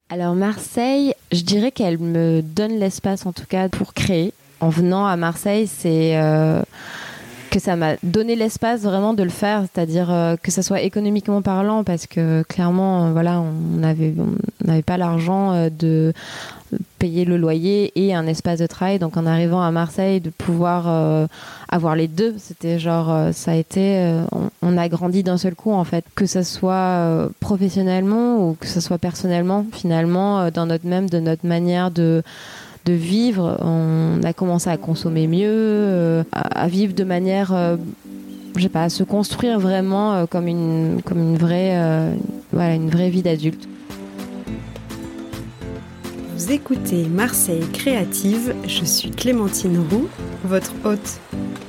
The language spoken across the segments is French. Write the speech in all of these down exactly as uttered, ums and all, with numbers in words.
Alors Marseille, je dirais qu'elle me donne l'espace en tout cas pour créer. En venant à Marseille, c'est euh, que ça m'a donné l'espace vraiment de le faire, c'est-à-dire euh, que ça soit économiquement parlant, parce que clairement, euh, voilà, on n'avait on n'avait pas l'argent euh, de payer le loyer et un espace de travail. Donc en arrivant à Marseille, de pouvoir euh, avoir les deux, c'était genre, euh, ça a été, euh, on, on a grandi d'un seul coup en fait, que ça soit euh, professionnellement ou que ça soit personnellement. Finalement, euh, dans notre même, de notre manière de de vivre, on a commencé à consommer mieux, euh, à, à vivre de manière, euh, je sais pas, à se construire vraiment euh, comme une comme une vraie, euh, voilà, une vraie vie d'adulte. Vous écoutez Marseille Créative, je suis Clémentine Roux, votre hôte.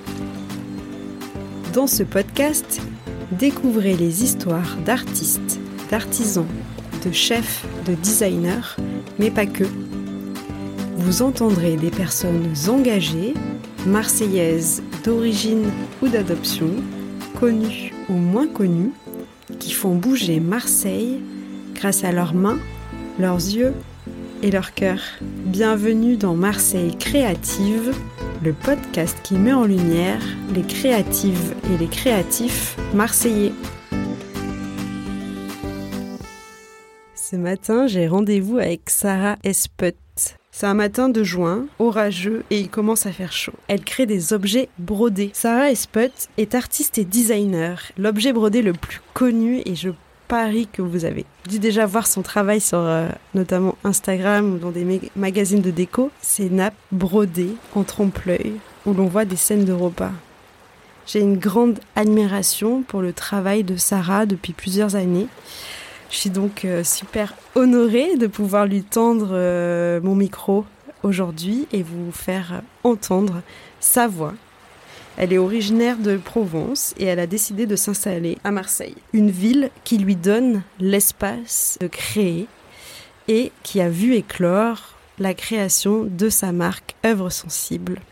Dans ce podcast, découvrez les histoires d'artistes, d'artisans, de chefs, de designers, mais pas que. Vous entendrez des personnes engagées, marseillaises d'origine ou d'adoption, connues ou moins connues, qui font bouger Marseille grâce à leurs mains, leurs yeux et leur cœur. Bienvenue dans Marseille Créative, le podcast qui met en lumière les créatives et les créatifs marseillais. Ce matin, j'ai rendez-vous avec Sarah Esput. C'est un matin de juin, orageux, et il commence à faire chaud. Elle crée des objets brodés. Sarah Esput est artiste et designer. L'objet brodé le plus connu, et je parie que vous avez dû déjà voir son travail sur euh, notamment Instagram ou dans des mag- magazines de déco, ces nappes brodées en trompe-l'œil, où l'on voit des scènes de repas. J'ai une grande admiration pour le travail de Sarah depuis plusieurs années. Je suis donc euh, super honorée de pouvoir lui tendre euh, mon micro aujourd'hui et vous faire entendre sa voix. Elle est originaire de Provence et elle a décidé de s'installer à Marseille, une ville qui lui donne l'espace de créer et qui a vu éclore la création de sa marque Œuvres Sensibles.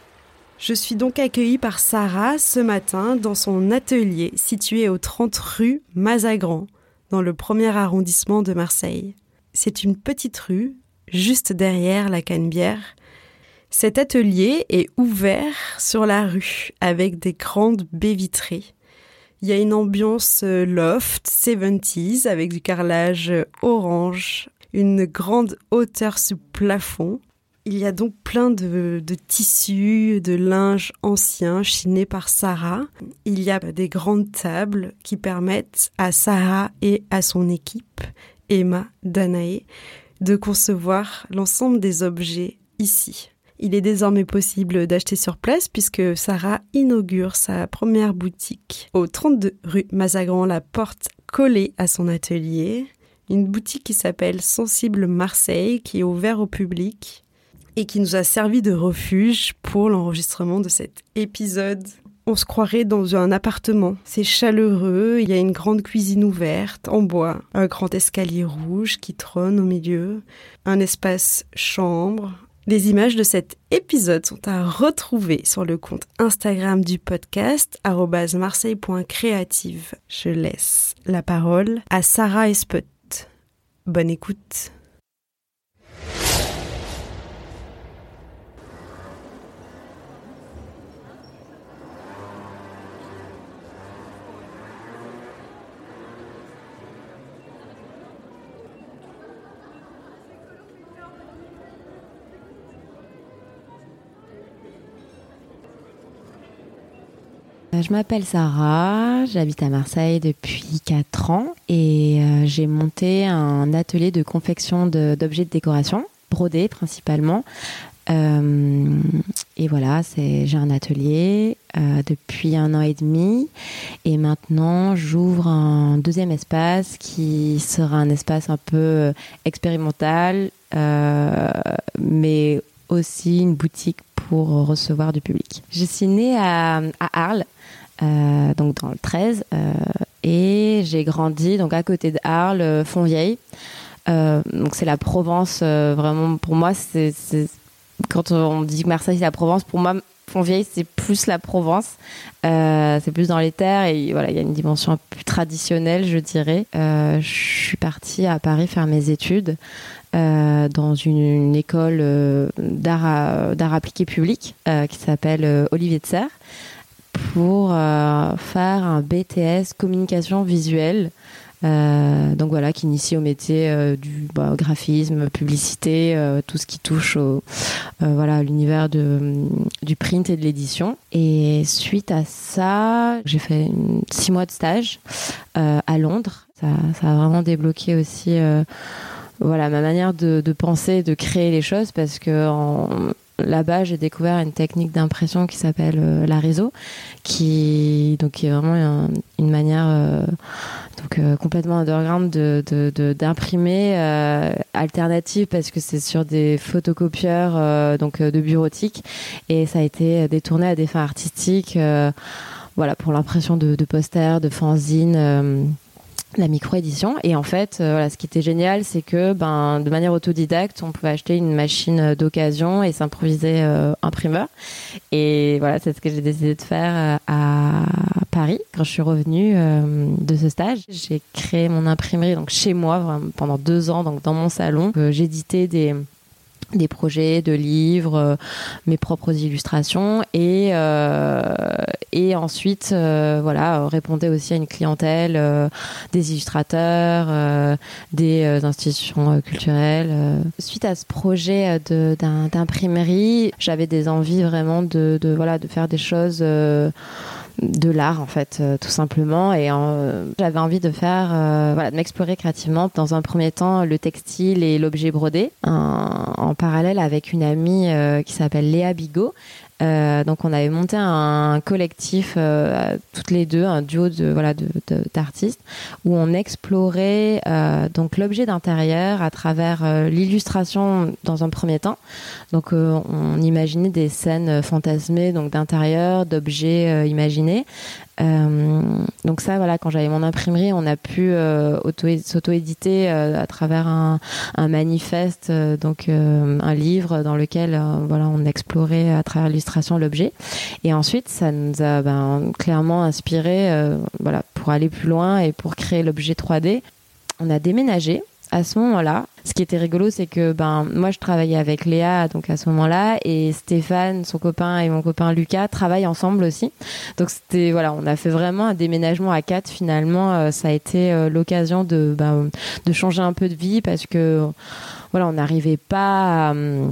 Je suis donc accueillie par Sarah ce matin dans son atelier situé au trente rue Mazagran, dans le premier arrondissement de Marseille. C'est une petite rue, juste derrière la Canebière. Cet atelier est ouvert sur la rue, avec des grandes baies vitrées. Il y a une ambiance loft, soixante-dix, avec du carrelage orange, une grande hauteur sous plafond. Il y a donc plein de, de tissus, de linge ancien chiné par Sarah. Il y a des grandes tables qui permettent à Sarah et à son équipe, Emma, Danae, de concevoir l'ensemble des objets ici. Il est désormais possible d'acheter sur place puisque Sarah inaugure sa première boutique au trente-deux rue Mazagran, la porte collée à son atelier. Une boutique qui s'appelle Sensible Marseille, qui est ouverte au public et qui nous a servi de refuge pour l'enregistrement de cet épisode. On se croirait dans un appartement. C'est chaleureux, il y a une grande cuisine ouverte en bois, un grand escalier rouge qui trône au milieu, un espace chambre. Les images de cet épisode sont à retrouver sur le compte Instagram du podcast, arobase marseille point créative. Je laisse la parole à Sarah Esput. Bonne écoute. Je m'appelle Sarah, j'habite à Marseille depuis quatre ans et euh, j'ai monté un atelier de confection de, d'objets de décoration, brodés principalement. Euh, et voilà, c'est, j'ai un atelier euh, depuis un an et demi et maintenant j'ouvre un deuxième espace qui sera un espace un peu expérimental, euh, mais aussi une boutique pour recevoir du public. Je suis née à, à Arles, euh, donc dans le treize, euh, et j'ai grandi donc à côté de Arles, Fontvieille. Euh, donc c'est la Provence, euh, vraiment pour moi, c'est, c'est quand on dit que Marseille c'est la Provence, pour moi Fontvieille, c'est plus la Provence, euh, c'est plus dans les terres et voilà, il y a une dimension un peu plus traditionnelle, je dirais. Euh, je suis partie à Paris faire mes études euh, dans une, une école euh, d'art, à, d'art appliqué public euh, qui s'appelle euh, Olivier de Serres pour euh, faire un B T S communication visuelle. Euh, donc voilà, qui initie au métier euh, du bah, graphisme, publicité, euh, tout ce qui touche au, euh, voilà, à l'univers de, du print et de l'édition. Et suite à ça, j'ai fait une, six mois de stage euh, à Londres. Ça, ça a vraiment débloqué aussi euh, voilà, ma manière de, de penser, de créer les choses, parce que en, là-bas, j'ai découvert une technique d'impression qui s'appelle euh, la R I S O, qui, donc, qui est vraiment un, une manière euh, donc, euh, complètement underground de, de, de, d'imprimer euh, alternative, parce que c'est sur des photocopieurs euh, donc, euh, de bureautique, et ça a été détourné à des fins artistiques, euh, voilà, pour l'impression de, de posters, de fanzines. Euh, la micro-édition. Et en fait, euh, voilà, ce qui était génial, c'est que ben, de manière autodidacte, on pouvait acheter une machine d'occasion et s'improviser euh, imprimeur. Et voilà, c'est ce que j'ai décidé de faire à Paris quand je suis revenue euh, de ce stage. J'ai créé mon imprimerie donc chez moi vraiment, pendant deux ans, donc dans mon salon. Euh, j'éditais des des projets de livres, euh, mes propres illustrations et euh, et ensuite euh, voilà, répondais aussi à une clientèle euh, des illustrateurs, euh, des euh, institutions euh, culturelles. Euh. Suite à ce projet de, d'un, d'imprimerie, j'avais des envies vraiment de, de voilà de faire des choses euh, de l'art en fait, euh, tout simplement, et euh, j'avais envie de faire euh, voilà, de m'explorer créativement dans un premier temps le textile et l'objet brodé en, en parallèle avec une amie euh, qui s'appelle Léa Bigot. Euh, donc on avait monté un collectif euh, toutes les deux, un duo de voilà de, de, d'artistes où on explorait euh, donc l'objet d'intérieur à travers euh, l'illustration dans un premier temps. Donc euh, on imaginait des scènes fantasmées donc d'intérieur, d'objets euh, imaginés. Euh, donc ça voilà, quand j'avais mon imprimerie, on a pu euh, auto s'auto-éditer euh, à travers un, un manifeste, euh, donc euh, un livre dans lequel euh, voilà, on explorait à travers l'illustration l'objet, et ensuite ça nous a ben, clairement inspiré euh, voilà, pour aller plus loin et pour créer l'objet trois D. On a déménagé à ce moment-là. Ce qui était rigolo, c'est que ben moi je travaillais avec Léa donc à ce moment-là, et Stéphane, son copain, et mon copain Lucas travaillent ensemble aussi. Donc c'était voilà, on a fait vraiment un déménagement à quatre finalement. Euh, ça a été euh, l'occasion de ben, de changer un peu de vie, parce que voilà, on n'arrivait pas à,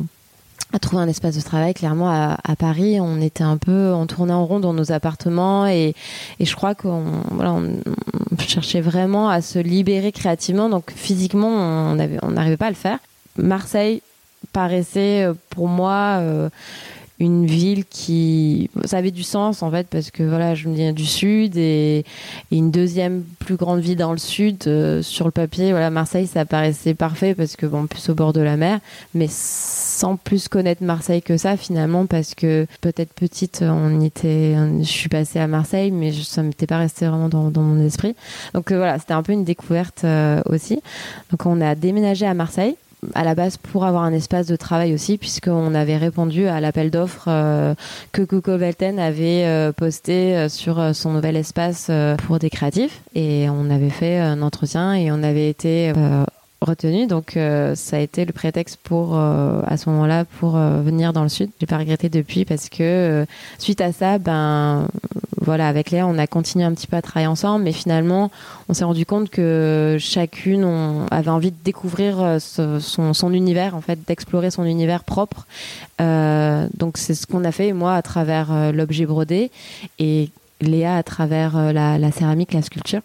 à trouver un espace de travail. Clairement à, à Paris, on était un peu en tournant en rond dans nos appartements, et, et je crois qu'on voilà, on, on cherchait vraiment à se libérer créativement. Donc physiquement, on avait, on n'arrivait pas à le faire. Marseille paraissait pour moi euh, une ville qui, ça avait du sens en fait, parce que voilà, je viens du sud, et, et une deuxième plus grande ville dans le sud, euh, sur le papier, voilà, Marseille, ça paraissait parfait parce que bon, plus au bord de la mer, mais sans plus connaître Marseille que ça finalement, parce que peut-être petite, on était, je suis passée à Marseille, mais je, ça m'était pas resté vraiment dans, dans mon esprit. Donc euh, voilà, c'était un peu une découverte euh, aussi. Donc on a déménagé à Marseille, à la base pour avoir un espace de travail aussi, puisqu'on avait répondu à l'appel d'offres euh, que Coco Velten avait euh, posté euh, sur euh, son nouvel espace euh, pour des créatifs, et on avait fait un entretien et on avait été euh, retenu. Donc euh, ça a été le prétexte pour euh, à ce moment-là pour euh, venir dans le sud. J'ai pas regretté depuis, parce que euh, suite à ça, ben voilà, avec Léa, on a continué un petit peu à travailler ensemble, mais finalement, on s'est rendu compte que chacune on avait envie de découvrir ce, son, son univers, en fait, d'explorer son univers propre. Euh, donc c'est ce qu'on a fait, moi à travers euh, l'objet brodé, et Léa à travers euh, la, la céramique, la sculpture.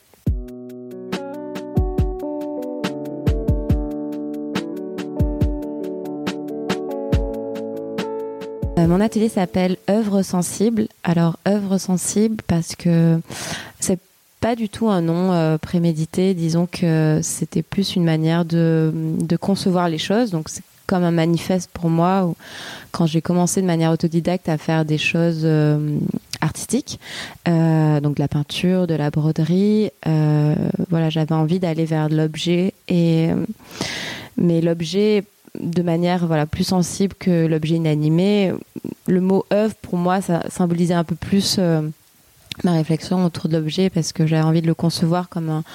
Mon atelier s'appelle Œuvre Sensible. Alors, Œuvre Sensible parce que c'est pas du tout un nom euh, prémédité. Disons que c'était plus une manière de, de concevoir les choses. Donc, c'est comme un manifeste pour moi, où, quand j'ai commencé de manière autodidacte à faire des choses euh, artistiques, euh, donc de la peinture, de la broderie. Euh, voilà, j'avais envie d'aller vers l'objet, et mais l'objet de manière voilà, plus sensible que l'objet inanimé. le mot œuvre pour moi ça symbolisait un peu plus euh, ma réflexion autour de l'objet parce que j'avais envie de le concevoir comme un,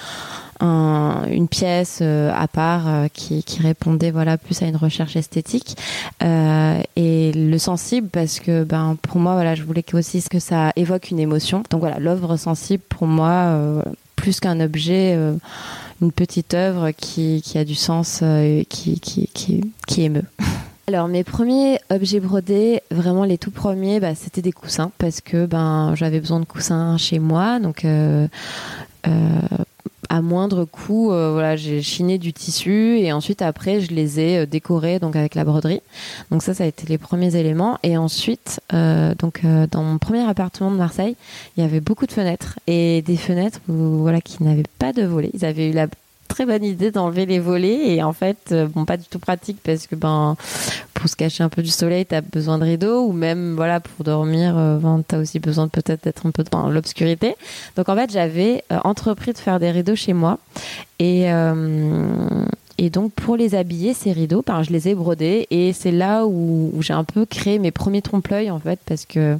un, une pièce euh, à part euh, qui, qui répondait voilà plus à une recherche esthétique euh, et le sensible parce que ben pour moi voilà je voulais aussi que ça évoque une émotion. Donc voilà, l'œuvre sensible pour moi euh, plus qu'un objet, euh, une petite œuvre qui, qui a du sens euh, et qui, qui, qui, qui émeut. Alors mes premiers objets brodés, vraiment les tout premiers, bah, c'était des coussins parce que ben j'avais besoin de coussins chez moi, donc euh, euh, à moindre coût, euh, voilà, j'ai chiné du tissu et ensuite après je les ai euh, décorés donc avec la broderie. Donc ça, ça a été les premiers éléments. Et ensuite, euh, donc euh, dans mon premier appartement de Marseille, il y avait beaucoup de fenêtres et des fenêtres où, voilà qui n'avaient pas de volets. Ils avaient eu la très bonne idée d'enlever les volets et en fait euh, bon pas du tout pratique parce que ben pour se cacher un peu du soleil t'as besoin de rideaux ou même voilà pour dormir euh, ben, t'as aussi besoin de peut-être d'être un peu dans l'obscurité. Donc en fait j'avais euh, entrepris de faire des rideaux chez moi et euh, et donc pour les habiller ces rideaux ben, je les ai brodés et c'est là où, où j'ai un peu créé mes premiers trompe-l'œil en fait parce que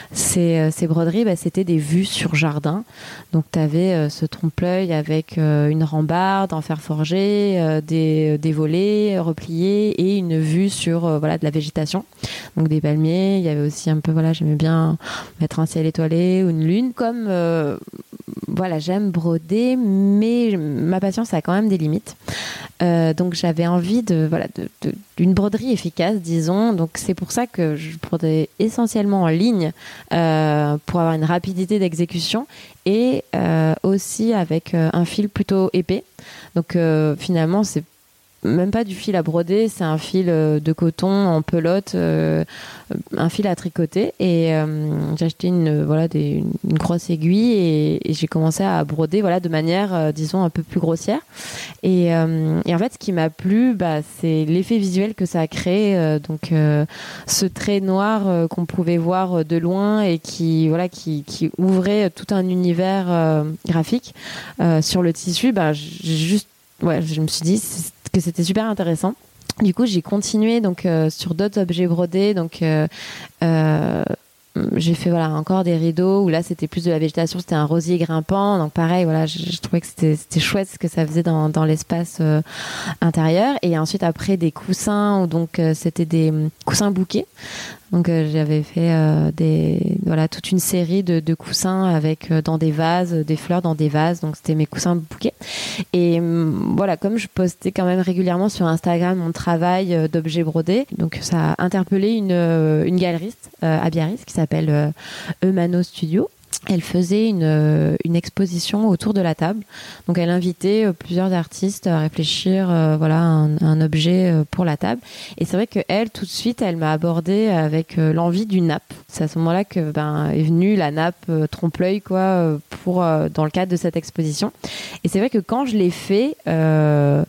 ces, ces broderies ben, c'était des vues sur jardin. Donc tu avais euh, ce trompe-l'œil avec euh, une rambarde en fer forgé, euh, des, des volets repliés et une vue sur euh, voilà, de la végétation. Donc des palmiers, il y avait aussi un peu, voilà, j'aimais bien mettre un ciel étoilé ou une lune. Comme, euh, voilà, j'aime broder, mais ma patience a quand même des limites. Euh, donc j'avais envie de, voilà, de, de, d'une broderie efficace, disons. Donc c'est pour ça que je brodais essentiellement en ligne euh, pour avoir une rapidité d'exécution et euh, aussi avec euh, un fil plutôt épais. Donc euh, finalement c'est même pas du fil à broder, c'est un fil euh, de coton en pelote, euh, un fil à tricoter et euh, j'ai acheté une, voilà, des, une grosse aiguille et, et j'ai commencé à broder voilà, de manière euh, disons un peu plus grossière et, euh, et en fait ce qui m'a plu bah, c'est l'effet visuel que ça a créé euh, donc euh, ce trait noir euh, qu'on pouvait voir de loin et qui, voilà, qui, qui ouvrait tout un univers euh, graphique euh, sur le tissu, bah, j'ai juste ouais, je me suis dit que c'était super intéressant. Du coup, j'ai continué donc euh, sur d'autres objets brodés. Donc, euh, euh, j'ai fait voilà encore des rideaux où là c'était plus de la végétation, c'était un rosier grimpant. Donc pareil, voilà, je, je trouvais que c'était, c'était chouette ce que ça faisait dans, dans l'espace euh, intérieur. Et ensuite après des coussins où donc euh, c'était des coussins bouquets. Donc euh, j'avais fait euh, des voilà toute une série de, de coussins avec euh, dans des vases, des fleurs dans des vases. Donc c'était mes coussins bouquets. Et euh, voilà, comme je postais quand même régulièrement sur Instagram mon travail euh, d'objets brodés, donc ça a interpellé une euh, une galeriste euh, à Biarritz qui s'appelle euh, Eumano Studio. Elle faisait une, une exposition autour de la table. Donc, elle invitait plusieurs artistes à réfléchir euh, voilà, un, un objet pour la table. Et c'est vrai qu'elle, tout de suite, elle m'a abordée avec euh, l'envie d'une nappe. C'est à ce moment-là que ben, est venue la nappe euh, trompe-l'œil quoi, pour, euh, dans le cadre de cette exposition. Et c'est vrai que quand je l'ai fait... Euh,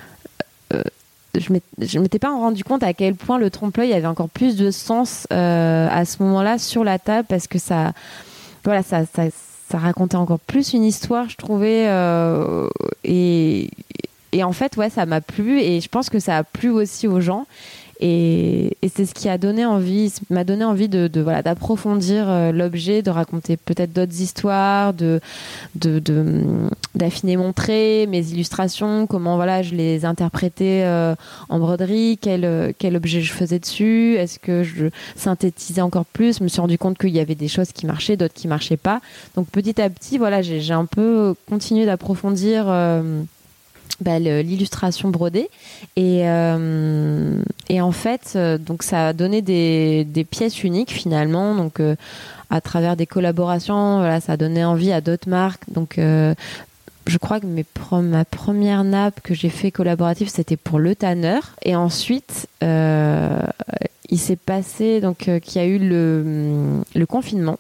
euh, je ne m'étais pas rendu compte à quel point le trompe-l'œil avait encore plus de sens euh, à ce moment-là sur la table parce que ça... Voilà, ça, ça, ça racontait encore plus une histoire, je trouvais. Euh, et, et en fait, ouais, ça m'a plu. Et je pense que ça a plu aussi aux gens. Et, et c'est ce qui a donné envie, m'a donné envie de, de voilà, d'approfondir euh, l'objet, de raconter peut-être d'autres histoires, de, de, de, d'affiner mon trait, mes illustrations, comment voilà, je les interprétais euh, en broderie, quel, quel objet je faisais dessus, est-ce que je synthétisais encore plus. Je me suis rendu compte qu'il y avait des choses qui marchaient, d'autres qui marchaient pas. Donc petit à petit, voilà, j'ai, j'ai un peu continué d'approfondir euh, Bah, l'illustration brodée et, euh, et en fait euh, donc ça a donné des, des pièces uniques finalement donc euh, à travers des collaborations voilà, ça a donné envie à d'autres marques donc euh, je crois que mes pro- ma première nappe que j'ai fait collaborative c'était pour Le Tanneur et ensuite euh, il s'est passé donc euh, qu'il y a eu le, le confinement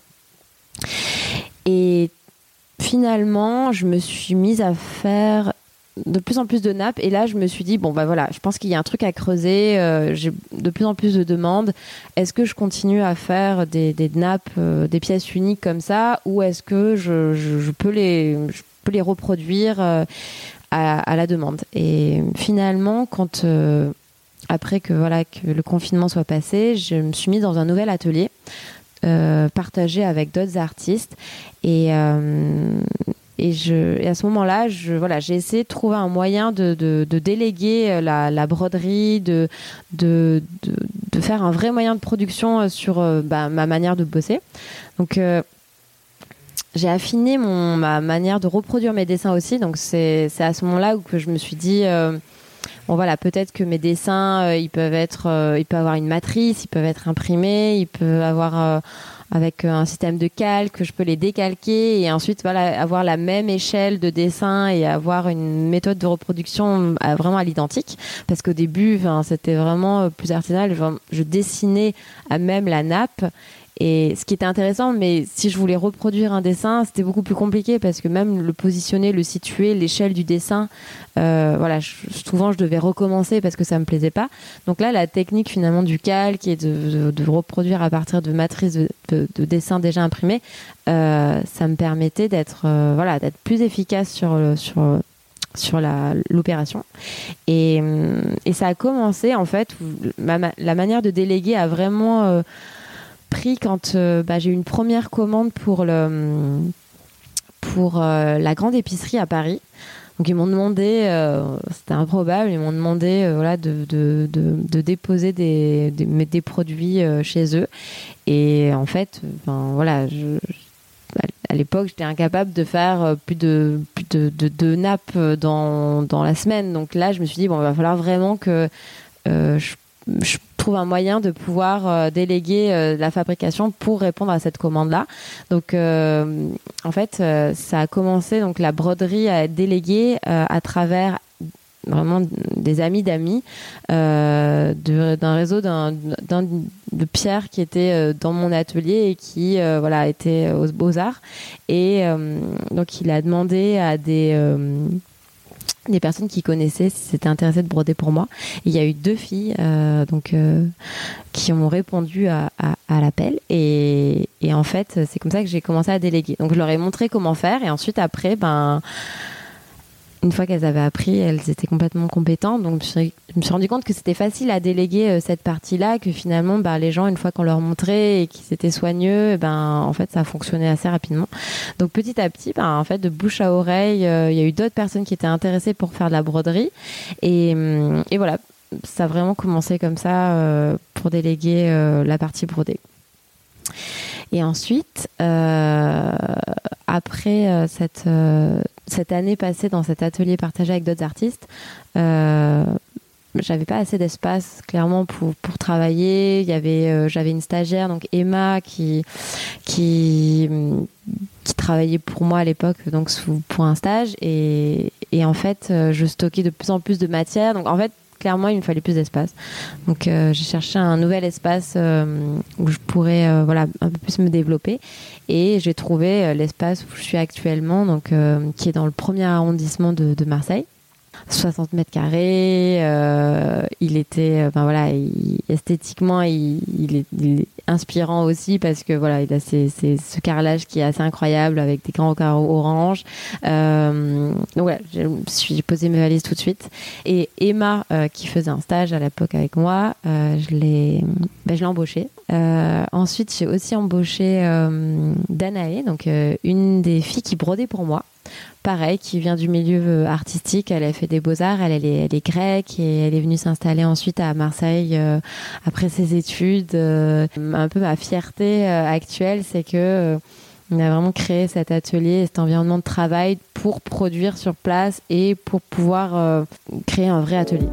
et finalement je me suis mise à faire de plus en plus de nappes et là je me suis dit bon bah voilà je pense qu'il y a un truc à creuser euh, j'ai de plus en plus de demandes est-ce que je continue à faire des, des nappes euh, des pièces uniques comme ça ou est-ce que je, je, je peux les je peux les reproduire euh, à, à la demande et finalement quand euh, après que voilà que le confinement soit passé, je me suis mise dans un nouvel atelier euh, partagé avec d'autres artistes et euh, et, je, et à ce moment-là, je, voilà, j'ai essayé de trouver un moyen de, de, de déléguer la, la broderie, de, de, de, de faire un vrai moyen de production sur euh, bah, ma manière de bosser. Donc, euh, j'ai affiné mon, ma manière de reproduire mes dessins aussi. Donc, c'est, c'est à ce moment-là où que je me suis dit... Euh, Bon voilà, peut-être que mes dessins, euh, ils peuvent être, euh, ils peuvent avoir une matrice, ils peuvent être imprimés, ils peuvent avoir euh, avec un système de calque, je peux les décalquer et ensuite voilà avoir la même échelle de dessin et avoir une méthode de reproduction à, vraiment à l'identique. Parce qu'au début, c'était vraiment plus artisanal. Je, je dessinais à même la nappe. Et ce qui était intéressant, mais si je voulais reproduire un dessin, c'était beaucoup plus compliqué parce que même le positionner, le situer, l'échelle du dessin, euh, voilà, je, souvent je devais recommencer parce que ça me plaisait pas. Donc là, la technique finalement du calque et de, de, de reproduire à partir de matrices de, de, de dessins déjà imprimés, euh, ça me permettait d'être, euh, voilà, d'être plus efficace sur sur sur la, l'opération. Et, et ça a commencé en fait, ma, la manière de déléguer a vraiment euh, pris quand euh, bah, j'ai eu une première commande pour, le, pour euh, la grande épicerie à Paris. Donc ils m'ont demandé, euh, c'était improbable, ils m'ont demandé euh, voilà, de, de, de, de déposer des, des, des produits euh, chez eux. Et en fait, ben, voilà, je, à l'époque, j'étais incapable de faire plus de, plus de, de, de nappes dans, dans la semaine. Donc là, je me suis dit, bon, il va falloir vraiment que euh, je, je trouve un moyen de pouvoir euh, déléguer euh, la fabrication pour répondre à cette commande-là. Donc, euh, en fait, euh, ça a commencé, donc la broderie à être déléguée euh, à travers vraiment des amis d'amis euh, de, d'un réseau d'un, d'un, de Pierre qui était euh, dans mon atelier et qui euh, voilà, était aux Beaux-Arts. Et euh, donc, il a demandé à des... Euh, des personnes qui connaissaient si c'était intéressé de broder pour moi. Et il y a eu deux filles euh, donc, euh, qui ont répondu à, à, à l'appel et, et en fait c'est comme ça que j'ai commencé à déléguer. Donc je leur ai montré comment faire et ensuite après ben une fois qu'elles avaient appris, elles étaient complètement compétentes. Donc, je me suis rendu compte que c'était facile à déléguer euh, cette partie-là, que finalement, bah, les gens, une fois qu'on leur montrait et qu'ils étaient soigneux, ben, en fait, ça fonctionnait assez rapidement. Donc, petit à petit, ben, en fait, de bouche à oreille, euh, il y a eu d'autres personnes qui étaient intéressées pour faire de la broderie. Et, et voilà, ça a vraiment commencé comme ça euh, pour déléguer euh, la partie brodée. Et ensuite, euh, après euh, cette, euh, cette année passée dans cet atelier partagé avec d'autres artistes, euh, j'avais pas assez d'espace clairement pour, pour travailler. Il y avait, euh, j'avais une stagiaire, donc Emma, qui, qui, qui travaillait pour moi à l'époque donc sous, pour un stage. Et, et en fait, euh, je stockais de plus en plus de matière. Donc en fait, clairement, il me fallait plus d'espace. Donc, euh, j'ai cherché un nouvel espace euh, où je pourrais euh, voilà, un peu plus me développer. Et j'ai trouvé euh, l'espace où je suis actuellement, donc, euh, qui est dans le premier arrondissement de, de Marseille. soixante mètres carrés, euh, il était, enfin voilà, il, esthétiquement, il, il, est, il est inspirant aussi parce que voilà, il a ces, ces, ce carrelage qui est assez incroyable avec des grands carreaux orange. Euh, donc voilà, je me suis posé mes valises tout de suite. Et Emma, euh, qui faisait un stage à l'époque avec moi, euh, je l'ai, ben, je l'ai embauchée. Euh, ensuite, j'ai aussi embauché euh, Danae, donc euh, une des filles qui brodait pour moi. Pareil, qui vient du milieu artistique, elle a fait des beaux-arts, elle, elle, est, elle est grecque et elle est venue s'installer ensuite à Marseille euh, après ses études. Euh, un peu ma fierté euh, actuelle, c'est que euh, on a vraiment créé cet atelier, cet environnement de travail pour produire sur place et pour pouvoir euh, créer un vrai atelier.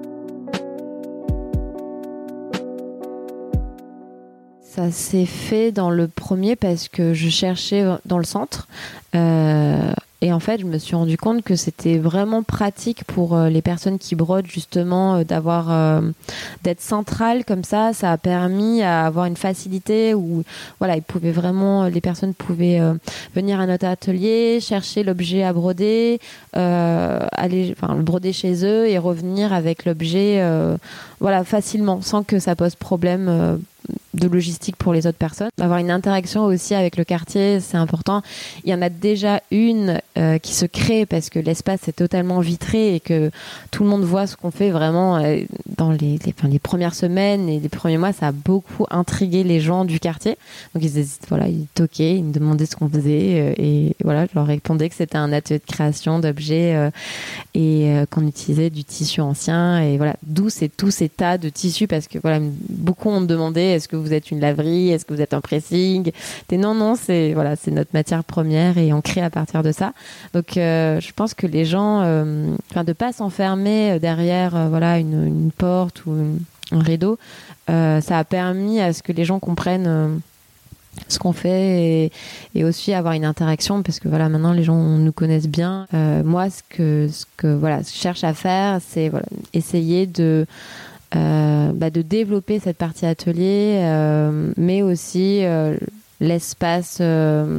Ça s'est fait dans le premier parce que je cherchais dans le centre. Euh, et en fait, je me suis rendu compte que c'était vraiment pratique pour euh, les personnes qui brodent, justement, euh, d'avoir, euh, d'être centrale comme ça. Ça a permis à avoir une facilité où, voilà, ils pouvaient vraiment, les personnes pouvaient euh, venir à notre atelier, chercher l'objet à broder, euh, aller, enfin, le broder chez eux et revenir avec l'objet, euh, voilà, facilement, sans que ça pose problème. Euh, de logistique pour les autres personnes. Avoir une interaction aussi avec le quartier, c'est important. Il y en a déjà une euh, qui se crée parce que l'espace est totalement vitré et que tout le monde voit ce qu'on fait vraiment euh, dans les, les, enfin, les premières semaines et les premiers mois. Ça a beaucoup intrigué les gens du quartier. Donc ils, hésitent, voilà, ils toquaient, ils me demandaient ce qu'on faisait euh, et voilà, je leur répondais que c'était un atelier de création d'objets euh, et euh, qu'on utilisait du tissu ancien et voilà, d'où c'est tous ces tas de tissus parce que voilà, beaucoup ont demandé est-ce que vous êtes une laverie, est-ce que vous êtes un pressing. Et non, non, c'est voilà, c'est notre matière première et on crée à partir de ça. Donc, euh, je pense que les gens, euh, enfin, de pas s'enfermer derrière, euh, voilà, une, une porte ou une, un rideau, euh, ça a permis à ce que les gens comprennent. Euh, ce qu'on fait et, et aussi avoir une interaction parce que voilà maintenant les gens nous connaissent bien. Euh, moi ce que ce que voilà ce que je cherche à faire c'est voilà essayer de Euh, bah, de développer cette partie atelier, euh, mais aussi euh, l'espace euh,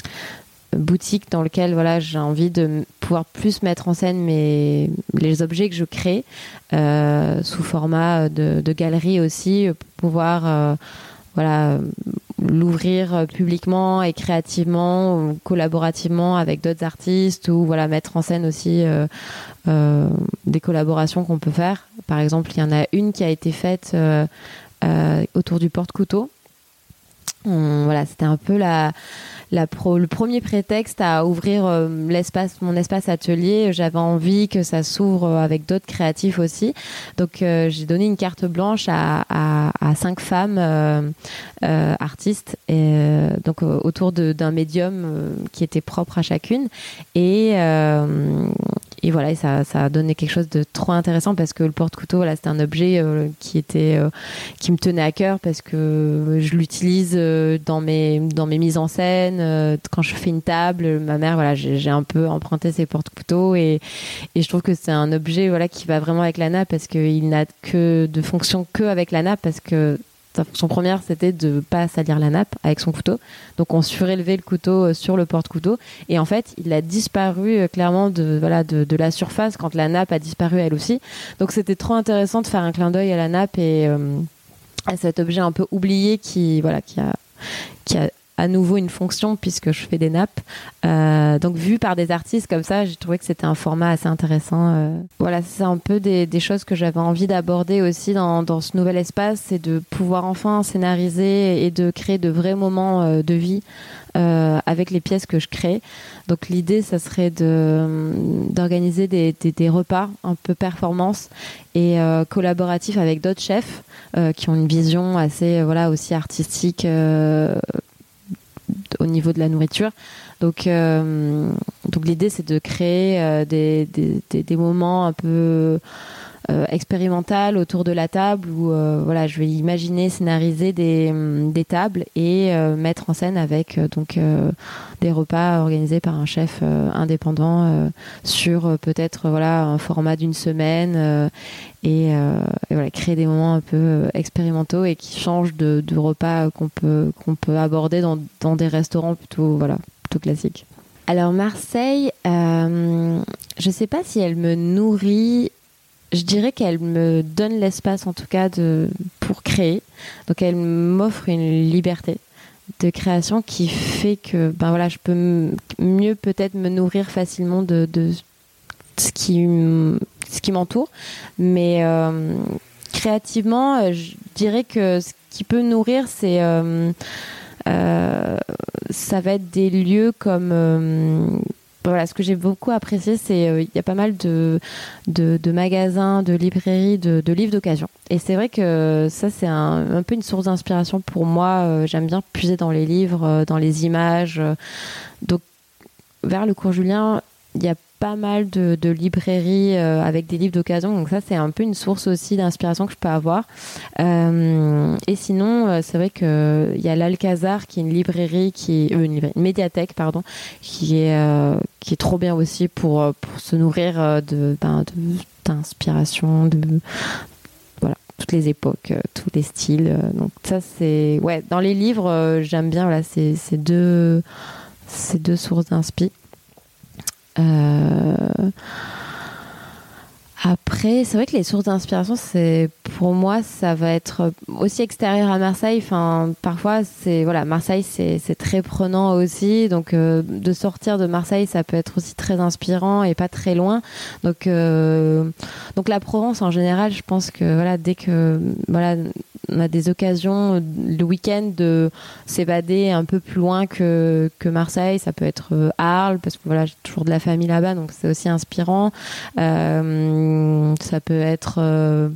boutique dans lequel voilà, j'ai envie de pouvoir plus mettre en scène mes, les objets que je crée euh, sous format de, de galerie aussi, pour pouvoir euh, voilà, l'ouvrir publiquement et créativement ou collaborativement avec d'autres artistes ou voilà, mettre en scène aussi euh, euh, des collaborations qu'on peut faire. Par exemple, il y en a une qui a été faite euh, euh, autour du porte-couteau. On, voilà, c'était un peu la, la pro, le premier prétexte à ouvrir euh, l'espace, mon espace atelier. J'avais envie que ça s'ouvre avec d'autres créatifs aussi. Donc, euh, j'ai donné une carte blanche à, à, à cinq femmes euh, euh, artistes, et, euh, donc euh, autour de, d'un médium euh, qui était propre à chacune. Et euh, Et voilà, et ça, ça a donné quelque chose de trop intéressant parce que le porte-couteau, voilà, c'était un objet euh, qui était, euh, qui me tenait à cœur parce que je l'utilise euh, dans mes, dans mes mises en scène. Euh, quand je fais une table, ma mère, voilà, j'ai, j'ai un peu emprunté ses porte-couteaux et, et je trouve que c'est un objet, voilà, qui va vraiment avec la nappe parce qu'il n'a que de fonction que avec la nappe parce que sa fonction première, c'était de pas salir la nappe avec son couteau. Donc, on surélevait le couteau sur le porte-couteau. Et en fait, il a disparu euh, clairement de, voilà, de, de la surface quand la nappe a disparu elle aussi. Donc, c'était trop intéressant de faire un clin d'œil à la nappe et euh, à cet objet un peu oublié qui, voilà, qui a, qui a à nouveau une fonction puisque je fais des nappes. Euh, donc, vu par des artistes comme ça, j'ai trouvé que c'était un format assez intéressant. Euh, voilà, c'est un peu des, des choses que j'avais envie d'aborder aussi dans, dans ce nouvel espace, c'est de pouvoir enfin scénariser et de créer de vrais moments euh, de vie euh, avec les pièces que je crée. Donc, l'idée, ça serait de, d'organiser des, des, des repas un peu performance et euh, collaboratifs avec d'autres chefs euh, qui ont une vision assez, euh, voilà, aussi artistique euh, au niveau de la nourriture. Donc, euh, donc l'idée, c'est de créer euh, des, des, des, des moments un peu euh, expérimentaux autour de la table où euh, voilà, je vais imaginer, scénariser des, des tables et euh, mettre en scène avec euh, donc, euh, des repas organisés par un chef euh, indépendant euh, sur euh, peut-être voilà, un format d'une semaine euh, et, euh, et voilà, créer des moments un peu euh, expérimentaux et qui changent de, de repas qu'on peut, qu'on peut aborder dans, dans des restaurants plutôt, voilà, plutôt classiques. Alors Marseille, euh, je ne sais pas si elle me nourrit. Je dirais qu'elle me donne l'espace, en tout cas, de, pour créer. Donc, elle m'offre une liberté de création qui fait que, ben voilà, je peux m- mieux peut-être me nourrir facilement de, de ce qui, m- ce qui m'entoure. Mais euh, créativement, je dirais que ce qui peut nourrir, c'est, euh, euh, ça va être des lieux comme euh, voilà, ce que j'ai beaucoup apprécié, c'est qu'il euh, y a pas mal de, de, de magasins, de librairies, de, de livres d'occasion. Et c'est vrai que ça, c'est un, un peu une source d'inspiration pour moi. Euh, j'aime bien puiser dans les livres, euh, dans les images. Euh, donc, vers le cours Julien, il y a pas mal de, de librairies euh, avec des livres d'occasion. Donc ça, c'est un peu une source aussi d'inspiration que je peux avoir. Euh, et sinon, euh, c'est vrai qu'il y a l'Alcazar, qui est une librairie, qui, euh, une, librairie, une médiathèque, pardon, qui est, euh, qui est trop bien aussi pour, pour se nourrir euh, de, ben, de, d'inspiration, de... Voilà, toutes les époques, euh, tous les styles. Euh, donc ça, c'est... Ouais, dans les livres, euh, j'aime bien voilà, ces, ces, deux, ces deux sources d'inspi. Euh... Après, c'est vrai que les sources d'inspiration, c'est pour moi, ça va être aussi extérieur à Marseille. Enfin, parfois, c'est voilà, Marseille, c'est, c'est très prenant aussi. Donc, euh, de sortir de Marseille, ça peut être aussi très inspirant et pas très loin. Donc, euh, donc la Provence, en général, je pense que voilà, dès que voilà, on a des occasions le week-end de s'évader un peu plus loin que que Marseille, ça peut être Arles, parce que voilà, j'ai toujours de la famille là-bas, donc c'est aussi inspirant. Euh, ça peut être euh,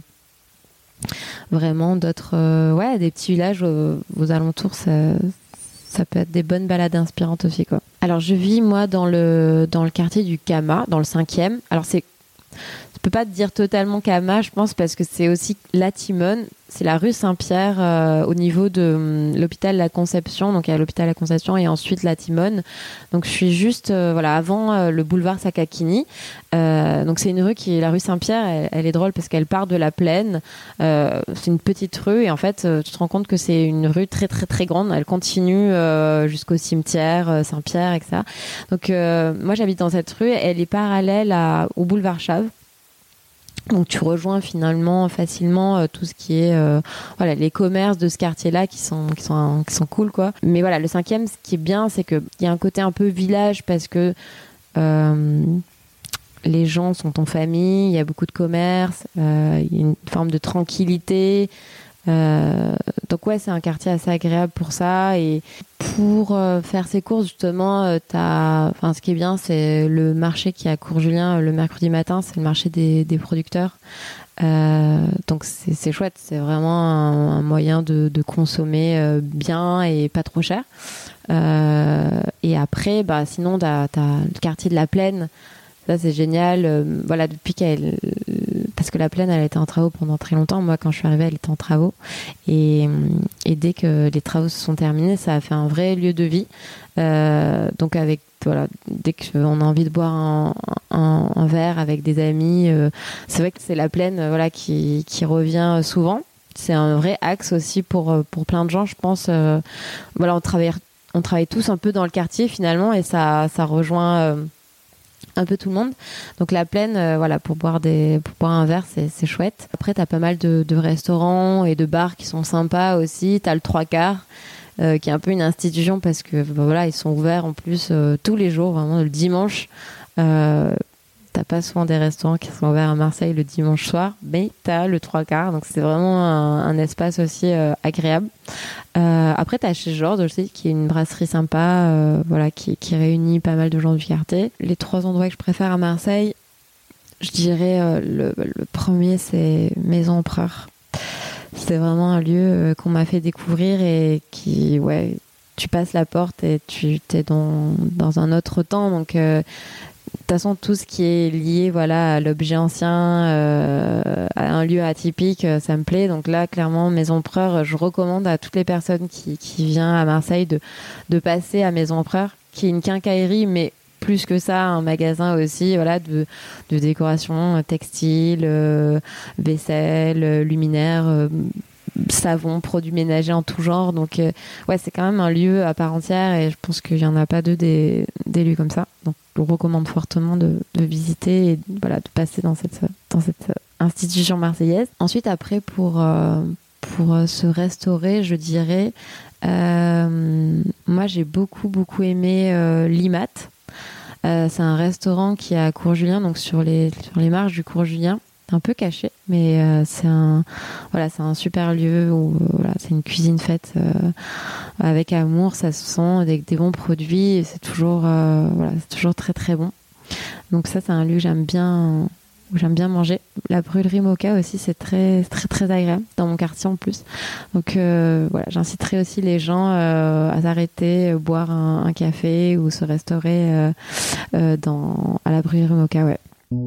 vraiment d'autres euh, ouais, des petits villages aux, aux alentours, ça, ça peut être des bonnes balades inspirantes aussi, quoi. Alors je vis moi dans le dans le quartier du Cama, dans le cinquième. Alors c'est je peux pas te dire totalement Cama, je pense, parce que c'est aussi la Timone. C'est la rue Saint-Pierre, euh, au niveau de hum, l'hôpital La Conception. Donc il y a l'hôpital La Conception et ensuite la Timone. Donc je suis juste euh, voilà, avant euh, le boulevard Sakakini. Euh, donc c'est une rue qui est la rue Saint-Pierre. Elle, elle est drôle parce qu'elle part de la plaine. Euh, c'est une petite rue et en fait euh, tu te rends compte que c'est une rue très très très grande. Elle continue euh, jusqu'au cimetière euh, Saint-Pierre, et cetera. Donc euh, moi j'habite dans cette rue. Elle est parallèle à, au boulevard Chave. Donc tu rejoins finalement facilement euh, tout ce qui est euh, voilà, les commerces de ce quartier-là qui sont qui sont qui sont cool, quoi. Mais voilà, le cinquième, ce qui est bien, c'est que il y a un côté un peu village parce que euh, les gens sont en famille, il y a beaucoup de commerces, euh, il y a une forme de tranquillité. Euh, donc ouais, c'est un quartier assez agréable pour ça. Et pour euh, faire ses courses, justement, euh, t'as, enfin, ce qui est bien, c'est le marché qui est à Cours-Julien le mercredi matin, c'est le marché des, des producteurs. Euh, donc c'est, c'est chouette, c'est vraiment un, un moyen de, de consommer euh, bien et pas trop cher. Euh, et après, bah, sinon, t'as, t'as le quartier de la Plaine. Ça, c'est génial. Euh, voilà, depuis qu'elle... Parce que la Plaine, elle était en travaux pendant très longtemps. Moi, quand je suis arrivée, elle était en travaux. Et, et dès que les travaux se sont terminés, ça a fait un vrai lieu de vie. Euh, donc, avec, voilà, dès qu'on a envie de boire un, un, un verre avec des amis, euh, c'est vrai que c'est la Plaine, euh, voilà, qui, qui revient souvent. C'est un vrai axe aussi pour, pour plein de gens, je pense. Euh, voilà, on travaille, on travaille tous un peu dans le quartier, finalement, et ça, ça rejoint... Euh, un peu tout le monde. Donc la Plaine, euh, voilà, pour boire des, pour boire un verre, c'est, c'est chouette. Après, t'as pas mal de, de restaurants et de bars qui sont sympas aussi. T'as le Trois Quarts, euh, qui est un peu une institution parce que, bah, voilà, ils sont ouverts en plus euh, tous les jours, vraiment le dimanche. Euh, T'as pas souvent des restaurants qui sont ouverts à Marseille le dimanche soir, mais t'as le Trois Quarts, donc c'est vraiment un, un espace aussi euh, agréable. Euh, après, t'as chez Georges aussi, qui est une brasserie sympa, euh, voilà, qui, qui réunit pas mal de gens du quartier. Les trois endroits que je préfère à Marseille, je dirais euh, le, le premier, c'est Maison Empereur. C'est vraiment un lieu euh, qu'on m'a fait découvrir et qui, ouais, tu passes la porte et tu t'es dans, dans un autre temps, donc... Euh, de toute façon, tout ce qui est lié, voilà, à l'objet ancien, euh, à un lieu atypique, ça me plaît. Donc là, clairement, Maison Empereur, je recommande à toutes les personnes qui, qui viennent à Marseille de, de passer à Maison Empereur, qui est une quincaillerie, mais plus que ça, un magasin aussi, voilà, de, de décoration textile, euh, vaisselle, luminaire, euh, savon, produits ménagers en tout genre. Donc, euh, ouais, c'est quand même un lieu à part entière et je pense qu'il n'y en a pas deux des, des lieux comme ça. Donc, je vous recommande fortement de, de visiter et voilà, de passer dans cette, dans cette institution marseillaise. Ensuite, après, pour, euh, pour se restaurer, je dirais, euh, moi, j'ai beaucoup, beaucoup aimé euh, l'I M A T. Euh, c'est un restaurant qui est à Cours-Julien, donc sur les, sur les marges du Cours-Julien. Un peu caché, mais euh, c'est un voilà, c'est un super lieu où euh, voilà, c'est une cuisine faite euh, avec amour, ça se sent, avec des bons produits, et c'est toujours euh, voilà, c'est toujours très très bon. Donc ça, c'est un lieu que j'aime bien, où j'aime bien manger. La brûlerie Moka aussi, c'est très très très agréable dans mon quartier en plus. Donc euh, voilà, j'inciterai aussi les gens euh, à s'arrêter, euh, boire un, un café ou se restaurer euh, euh, dans à la brûlerie Moka, ouais.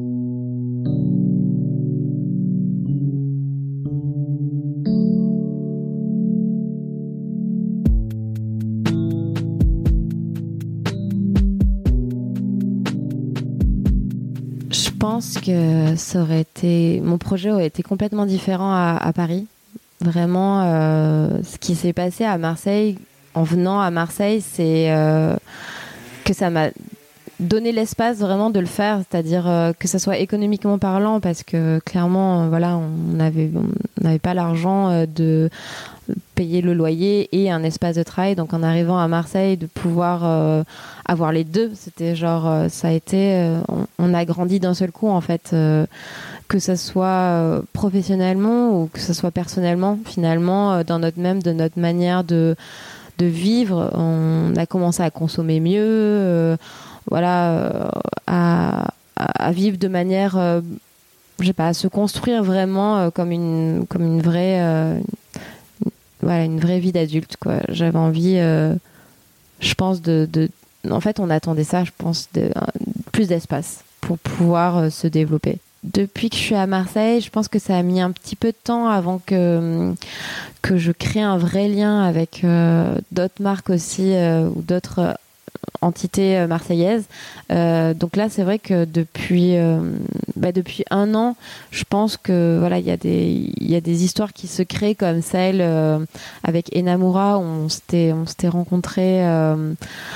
Je pense que ça aurait été, mon projet aurait été complètement différent à, à Paris. Vraiment, euh, ce qui s'est passé à Marseille, en venant à Marseille, c'est euh, que ça m'a donné l'espace vraiment de le faire, c'est-à-dire euh, que ça soit économiquement parlant, parce que clairement, euh, voilà, on n'avait on n'avait pas l'argent euh, de payer le loyer et un espace de travail. Donc en arrivant à Marseille, de pouvoir euh, avoir les deux, c'était genre, euh, ça a été, euh, on, on a grandi d'un seul coup en fait, euh, que ça soit euh, professionnellement ou que ça soit personnellement, finalement, euh, dans notre même, de notre manière de de vivre, on a commencé à consommer mieux, euh, voilà, euh, à, à vivre de manière, euh, je sais pas, à se construire vraiment euh, comme une comme une vraie, euh, voilà, une vraie vie d'adulte, quoi. J'avais envie, euh, je pense de, de, en fait, on attendait ça, je pense, de, plus d'espace pour pouvoir euh, se développer. Depuis que je suis à Marseille, je pense que ça a mis un petit peu de temps avant que, que je crée un vrai lien avec euh, d'autres marques aussi euh, ou d'autres euh, entités euh, marseillaises. Euh, donc là, c'est vrai que depuis, euh, bah, depuis un an, je pense que voilà, il y a des, il y a des histoires qui se créent comme celle euh, avec Enamura, où on s'était, on s'était rencontrés euh,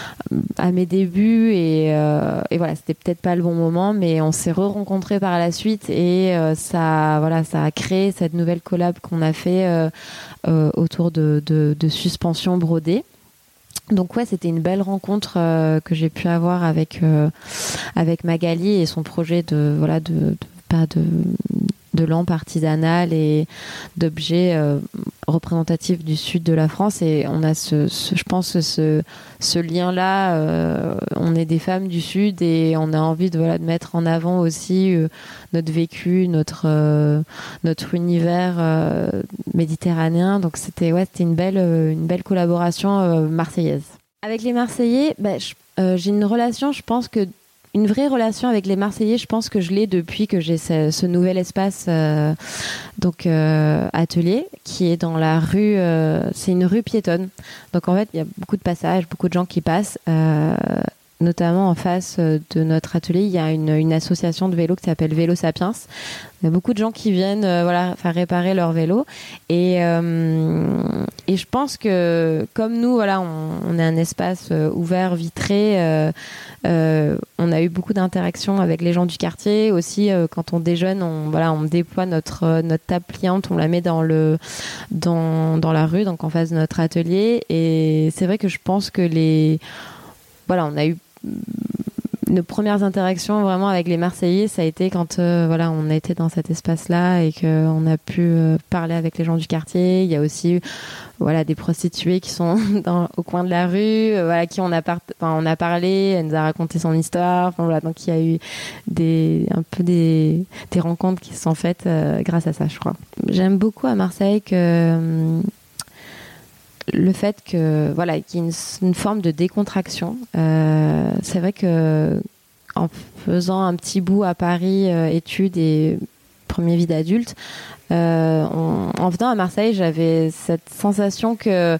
à mes débuts et, euh, et voilà, c'était peut-être pas le bon moment, mais on s'est re-rencontrés par la suite et euh, ça, voilà, ça a créé cette nouvelle collab qu'on a fait euh, euh, autour de, de, de suspensions brodées. Donc ouais, c'était une belle rencontre euh, que j'ai pu avoir avec euh, avec Magali et son projet de voilà de, de pas de de lampe artisanale et d'objets euh, représentatifs du sud de la France. Et on a ce, ce je pense ce ce lien là, euh, on est des femmes du sud et on a envie de voilà de mettre en avant aussi euh, notre vécu, notre euh, notre univers euh, méditerranéen. Donc c'était ouais, c'était une belle euh, une belle collaboration euh, marseillaise. Avec les Marseillais, bah, je, euh, j'ai une relation, je pense que une vraie relation avec les Marseillais, je pense que je l'ai depuis que j'ai ce, ce nouvel espace euh, donc euh, atelier qui est dans la rue, euh, c'est une rue piétonne. Donc en fait, il y a beaucoup de passages, beaucoup de gens qui passent. Euh, notamment en face de notre atelier, il y a une, une association de vélos qui s'appelle Vélo Sapiens. Il y a beaucoup de gens qui viennent euh, voilà, faire réparer leur vélo. Et, euh, et je pense que comme nous, voilà, on, on est un espace euh, ouvert, vitré, euh, euh, on a eu beaucoup d'interactions avec les gens du quartier. Aussi, euh, quand on déjeune, on, voilà, on déploie notre, notre table pliante, on la met dans, le, dans, dans la rue, donc en face de notre atelier. Et c'est vrai que je pense que les... Voilà, on a eu nos premières interactions vraiment avec les Marseillais, ça a été quand euh, voilà, on a été dans cet espace-là et qu'on a pu euh, parler avec les gens du quartier. Il y a aussi voilà, des prostituées qui sont dans, au coin de la rue, euh, voilà, qui on a, par- enfin, on a parlé, elle nous a raconté son histoire. Enfin, voilà, donc il y a eu des, un peu des, des rencontres qui se sont faites euh, grâce à ça, je crois. J'aime beaucoup à Marseille que... Euh, le fait que voilà qu'il y ait une, une forme de décontraction. Euh, c'est vrai que en faisant un petit bout à Paris, euh, études et premier vie d'adulte, euh, on, en venant à Marseille, j'avais cette sensation que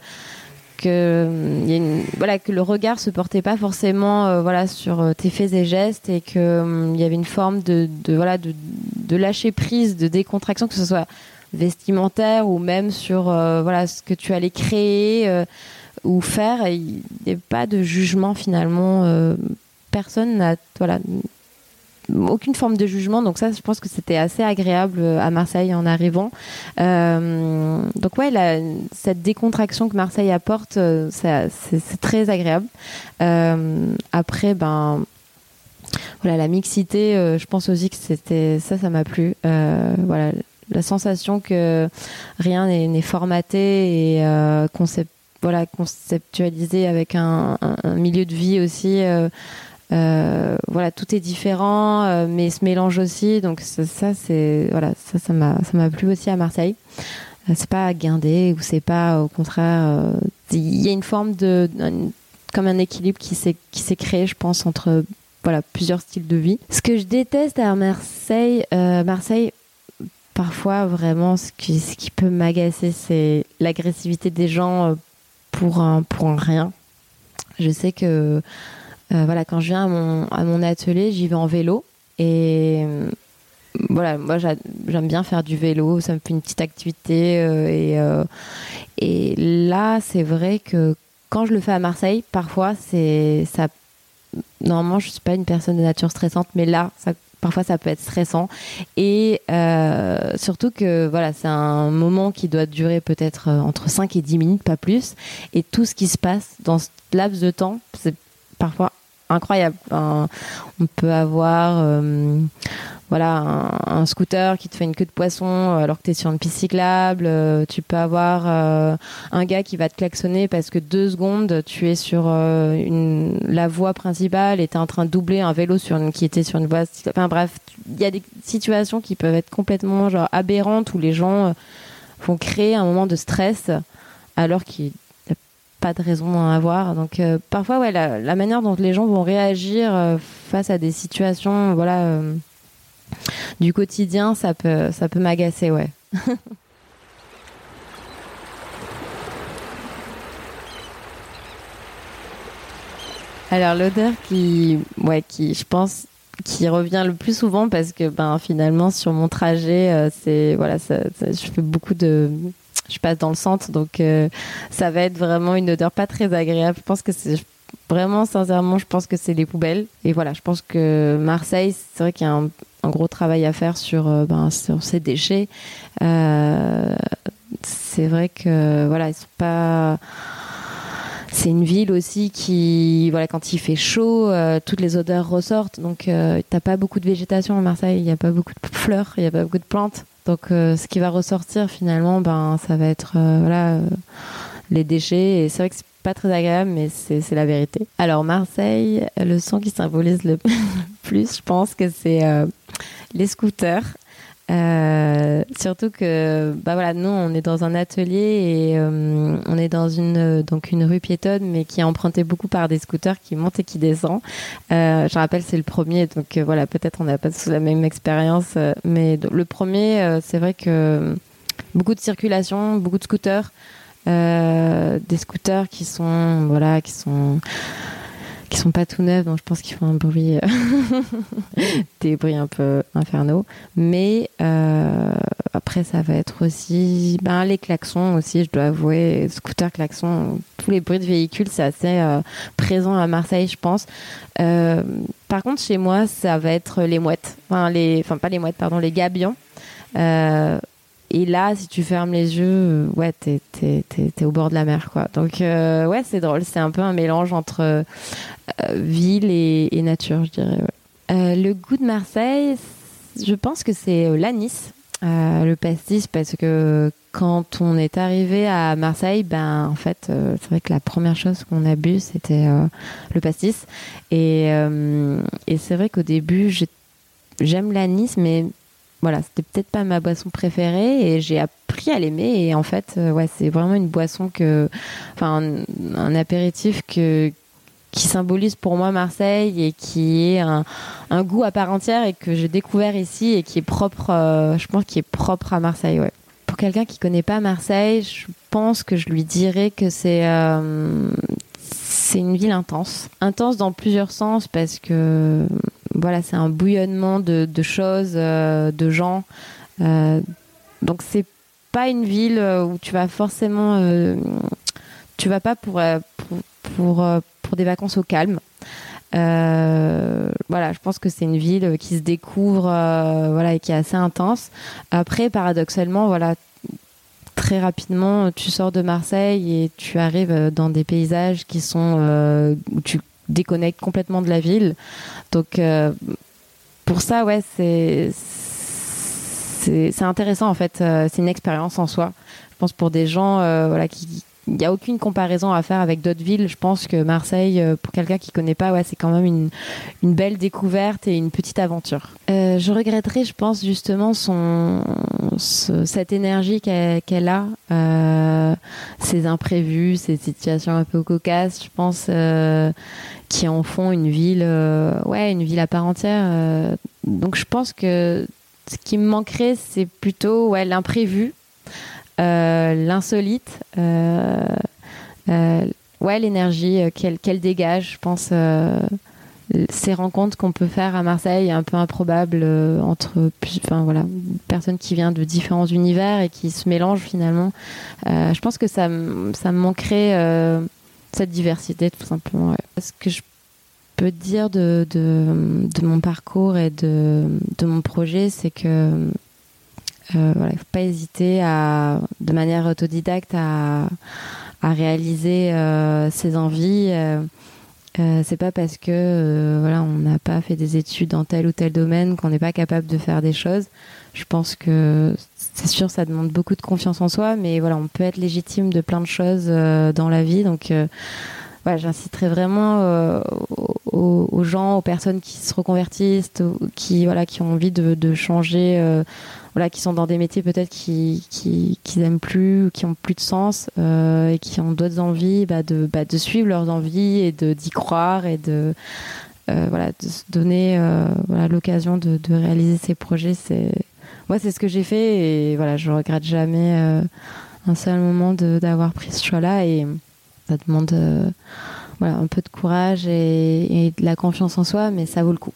que y a une, voilà que le regard se portait pas forcément euh, voilà sur tes faits et gestes et que il euh, y avait une forme de, de voilà de, de lâcher prise, de décontraction, que ce soit vestimentaire ou même sur euh, voilà ce que tu allais créer euh, ou faire. Il n'y a pas de jugement finalement, euh, personne n'a voilà aucune forme de jugement, donc ça je pense que c'était assez agréable à Marseille en arrivant. Euh, donc ouais, la, cette décontraction que Marseille apporte, ça, c'est, c'est très agréable. Euh, après ben voilà, la mixité, euh, je pense aussi que c'était ça ça m'a plu. Euh, voilà, la sensation que rien n'est, n'est formaté et euh, concept, voilà, conceptualisé avec un, un, un milieu de vie aussi. Euh, euh, voilà, tout est différent, euh, mais se mélange aussi. Donc ça, ça c'est voilà, ça, ça m'a, ça m'a plu aussi à Marseille. Euh, c'est pas guindé ou c'est pas au contraire. Il euh, y a une forme de, un, comme un équilibre qui s'est qui s'est créé, je pense, entre voilà plusieurs styles de vie. Ce que je déteste à Marseille, euh, Marseille. Parfois, vraiment, ce qui, ce qui peut m'agacer, c'est l'agressivité des gens pour un, pour un rien. Je sais que, euh, voilà, quand je viens à mon, à mon atelier, j'y vais en vélo. Et voilà, moi, j'aime bien faire du vélo. Ça me fait une petite activité. Euh, et, euh, et là, c'est vrai que quand je le fais à Marseille, parfois, c'est, ça normalement, je suis pas une personne de nature stressante, mais là, ça, parfois, ça peut être stressant. Et euh, surtout que voilà, c'est un moment qui doit durer peut-être euh, entre cinq et dix minutes, pas plus. Et tout ce qui se passe dans ce laps de temps, c'est parfois incroyable. Enfin, on peut avoir euh, voilà, un, un scooter qui te fait une queue de poisson alors que tu es sur une piste cyclable. Euh, tu peux avoir euh, un gars qui va te klaxonner parce que deux secondes, tu es sur euh, une, la voie principale et tu es en train de doubler un vélo sur une, qui était sur une voie cyclable. Enfin bref, il y a des situations qui peuvent être complètement genre, aberrantes où les gens euh, vont créer un moment de stress alors qu'ils pas de raison d'en avoir. Donc euh, parfois, ouais, la, la manière dont les gens vont réagir euh, face à des situations, voilà, euh, du quotidien, ça peut, ça peut m'agacer, ouais. Alors l'odeur qui, ouais, qui, je pense, qui revient le plus souvent parce que, ben, finalement, sur mon trajet, euh, c'est, voilà, ça, ça, je fais beaucoup de je passe dans le centre, donc euh, ça va être vraiment une odeur pas très agréable. Je pense que c'est vraiment, sincèrement, je pense que c'est les poubelles. Et voilà, je pense que Marseille, c'est vrai qu'il y a un, un gros travail à faire sur, euh, ben, sur ces déchets. Euh, c'est vrai que voilà, ils sont pas. C'est une ville aussi qui, voilà, quand il fait chaud, euh, toutes les odeurs ressortent. Donc, euh, t'as pas beaucoup de végétation à Marseille. Il y a pas beaucoup de fleurs, il y a pas beaucoup de plantes. Donc, euh, ce qui va ressortir finalement, ben, ça va être euh, voilà, euh, les déchets. Et c'est vrai que c'est pas très agréable, mais c'est, c'est la vérité. Alors, Marseille, le son qui symbolise le plus, je pense que c'est euh, les scooters. Euh, surtout que bah voilà, nous on est dans un atelier et euh, on est dans une donc une rue piétonne mais qui est empruntée beaucoup par des scooters qui montent et qui descendent. Euh, je rappelle c'est le premier donc euh, voilà, peut-être on n'a pas tous la même expérience euh, mais donc, le premier euh, c'est vrai que beaucoup de circulation, beaucoup de scooters, euh, des scooters qui sont voilà qui sont qui sont pas tout neufs, donc je pense qu'ils font un bruit, euh, des bruits un peu infernaux. Mais euh, après, ça va être aussi ben, les klaxons aussi, je dois avouer, scooter, klaxons, tous les bruits de véhicules, c'est assez euh, présent à Marseille, je pense. Euh, par contre, chez moi, ça va être les mouettes, enfin, les, enfin pas les mouettes, pardon, les gabions. Euh, Et là, si tu fermes les yeux, ouais, t'es, t'es, t'es, t'es au bord de la mer, quoi. Donc, euh, ouais, c'est drôle. C'est un peu un mélange entre euh, ville et, et nature, je dirais. Ouais. Euh, le goût de Marseille, je pense que c'est euh, l'anis, euh, le pastis, parce que quand on est arrivé à Marseille, ben, en fait, euh, c'est vrai que la première chose qu'on a bu, c'était euh, le pastis. Et, euh, et c'est vrai qu'au début, j'ai, j'aime l'anis, mais voilà, c'était peut-être pas ma boisson préférée et j'ai appris à l'aimer et en fait, euh, ouais, c'est vraiment une boisson que, enfin, un, un apéritif que qui symbolise pour moi Marseille et qui est un, un goût à part entière et que j'ai découvert ici et qui est propre, euh, je pense, qui est propre à Marseille, ouais. Pour quelqu'un qui connaît pas Marseille, je pense que je lui dirais que c'est euh, c'est une ville intense, intense dans plusieurs sens parce que voilà, c'est un bouillonnement de, de choses, euh, de gens. Euh, donc c'est pas une ville où tu vas forcément, euh, tu vas pas pour euh, pour pour, euh, pour des vacances au calme. Euh, voilà, je pense que c'est une ville qui se découvre, euh, voilà, et qui est assez intense. Après, paradoxalement, voilà, très rapidement, tu sors de Marseille et tu arrives dans des paysages qui sont euh, où tu déconnectes complètement de la ville. Donc euh, pour ça, ouais, c'est, c'est c'est intéressant en fait. Euh, c'est une expérience en soi. Je pense pour des gens, euh, voilà, qui il n'y a aucune comparaison à faire avec d'autres villes. Je pense que Marseille, euh, pour quelqu'un qui connaît pas, ouais, c'est quand même une, une belle découverte et une petite aventure. Euh, je regretterais, je pense, justement, son, ce, cette énergie qu'elle, qu'elle a, euh, ces imprévus, ces situations un peu cocasses, je pense, euh, qui en font une ville, euh, ouais, une ville à part entière. Euh, donc je pense que ce qui me manquerait, c'est plutôt ouais, l'imprévu. Euh, l'insolite, euh, euh, ouais, l'énergie euh, qu'elle, qu'elle dégage, je pense, euh, ces rencontres qu'on peut faire à Marseille, un peu improbables euh, entre, enfin voilà, personnes qui viennent de différents univers et qui se mélangent finalement. Euh, je pense que ça, ça me manquerait euh, cette diversité, tout simplement. Ouais. Ce que je peux te dire de, de, de mon parcours et de, de mon projet, c'est que euh, voilà, il ne faut pas hésiter à, de manière autodidacte à, à réaliser euh, ses envies. Euh, euh, c'est pas parce que euh, voilà, on n'a pas fait des études dans tel ou tel domaine qu'on n'est pas capable de faire des choses. Je pense que c'est sûr, ça demande beaucoup de confiance en soi, mais voilà, on peut être légitime de plein de choses euh, dans la vie. Donc euh, voilà, j'inciterai vraiment euh, aux, aux gens, aux personnes qui se reconvertissent, qui voilà, qui ont envie de, de changer, euh, voilà, qui sont dans des métiers peut-être qui qui qu'ils aiment plus, ou qui ont plus de sens euh, et qui ont d'autres envies, bah, de bah, de suivre leurs envies et de d'y croire et de euh, voilà, de se donner euh, voilà, l'occasion de, de réaliser ses projets. C'est moi, c'est ce que j'ai fait et voilà, je regrette jamais euh, un seul moment de, d'avoir pris ce choix-là. Et ça demande euh, voilà, un peu de courage et, et de la confiance en soi, mais ça vaut le coup.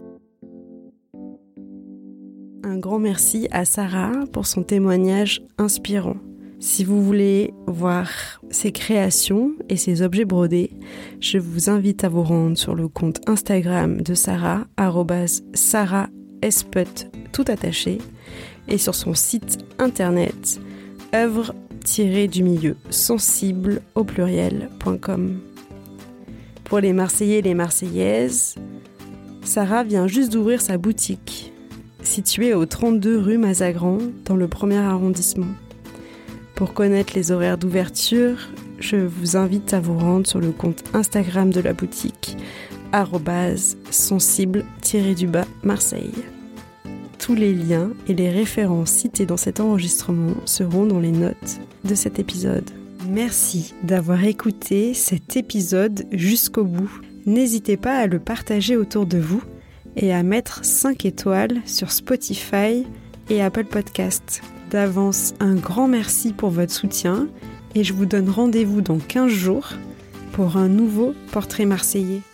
Un grand merci à Sarah pour son témoignage inspirant. Si vous voulez voir ses créations et ses objets brodés, je vous invite à vous rendre sur le compte Instagram de Sarah, arobase sarah esput tout attaché, et sur son site internet œuvre-du-milieu sensible au pluriel point com. Pour les Marseillais et les Marseillaises, Sarah vient juste d'ouvrir sa boutique, située au trente-deux rue Mazagran, dans le premier arrondissement. Pour connaître les horaires d'ouverture, je vous invite à vous rendre sur le compte Instagram de la boutique, arobase sensible-du-bas Marseille. Tous les liens et les références cités dans cet enregistrement seront dans les notes de cet épisode. Merci d'avoir écouté cet épisode jusqu'au bout. N'hésitez pas à le partager autour de vous et à mettre cinq étoiles sur Spotify et Apple Podcasts. D'avance, un grand merci pour votre soutien et je vous donne rendez-vous dans quinze jours pour un nouveau portrait marseillais.